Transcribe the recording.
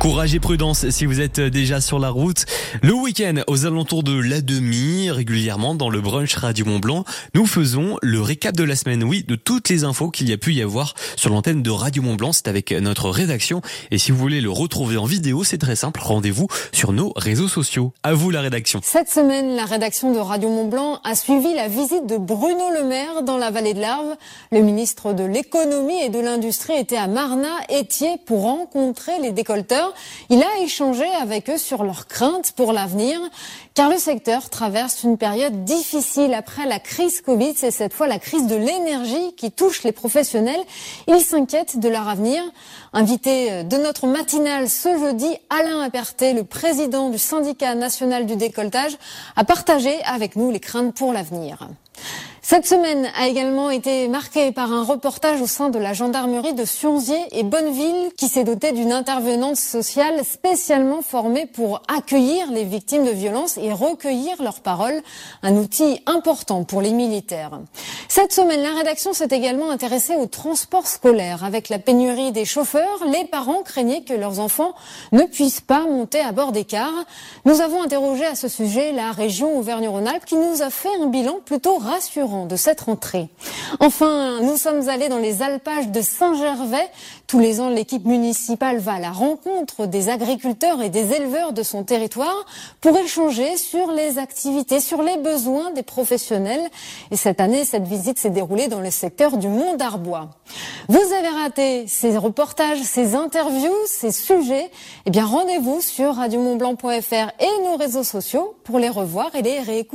Courage et prudence si vous êtes déjà sur la route. Le week-end, aux alentours de la demi, régulièrement dans le brunch Radio Mont-Blanc, nous faisons le récap de la semaine, oui, de toutes les infos qu'il y a pu y avoir sur l'antenne de Radio Mont-Blanc. C'est avec notre rédaction. Et si vous voulez le retrouver en vidéo, c'est très simple. Rendez-vous sur nos réseaux sociaux. À vous la rédaction. Cette semaine, la rédaction de Radio Mont-Blanc a suivi la visite de Bruno Le Maire dans la vallée de l'Arve. Le ministre de l'économie et de l'industrie était à Marnat-Étier pour rencontrer les décolteurs. Il a échangé avec eux sur leurs craintes pour l'avenir, car le secteur traverse une période difficile après la crise Covid. C'est cette fois la crise de l'énergie qui touche les professionnels. Ils s'inquiètent de leur avenir. Invité de notre matinale ce jeudi, Alain Aperté, le président du syndicat national du décolletage, a partagé avec nous les craintes pour l'avenir. Cette semaine a également été marquée par un reportage au sein de la gendarmerie de Sionzier et Bonneville qui s'est dotée d'une intervenante sociale spécialement formée pour accueillir les victimes de violences et recueillir leurs paroles, un outil important pour les militaires. Cette semaine, la rédaction s'est également intéressée au transport scolaire. Avec la pénurie des chauffeurs, les parents craignaient que leurs enfants ne puissent pas monter à bord des cars. Nous avons interrogé à ce sujet la région Auvergne-Rhône-Alpes qui nous a fait un bilan plutôt rassurant de cette rentrée. Enfin, nous sommes allés dans les alpages de Saint-Gervais. Tous les ans, l'équipe municipale va à la rencontre des agriculteurs et des éleveurs de son territoire pour échanger sur les activités, sur les besoins des professionnels. Et cette année, cette visite s'est déroulée dans le secteur du Mont d'Arbois. Vous avez raté ces reportages, ces interviews, ces sujets? Eh bien, rendez-vous sur radiomontblanc.fr et nos réseaux sociaux pour les revoir et les réécouter.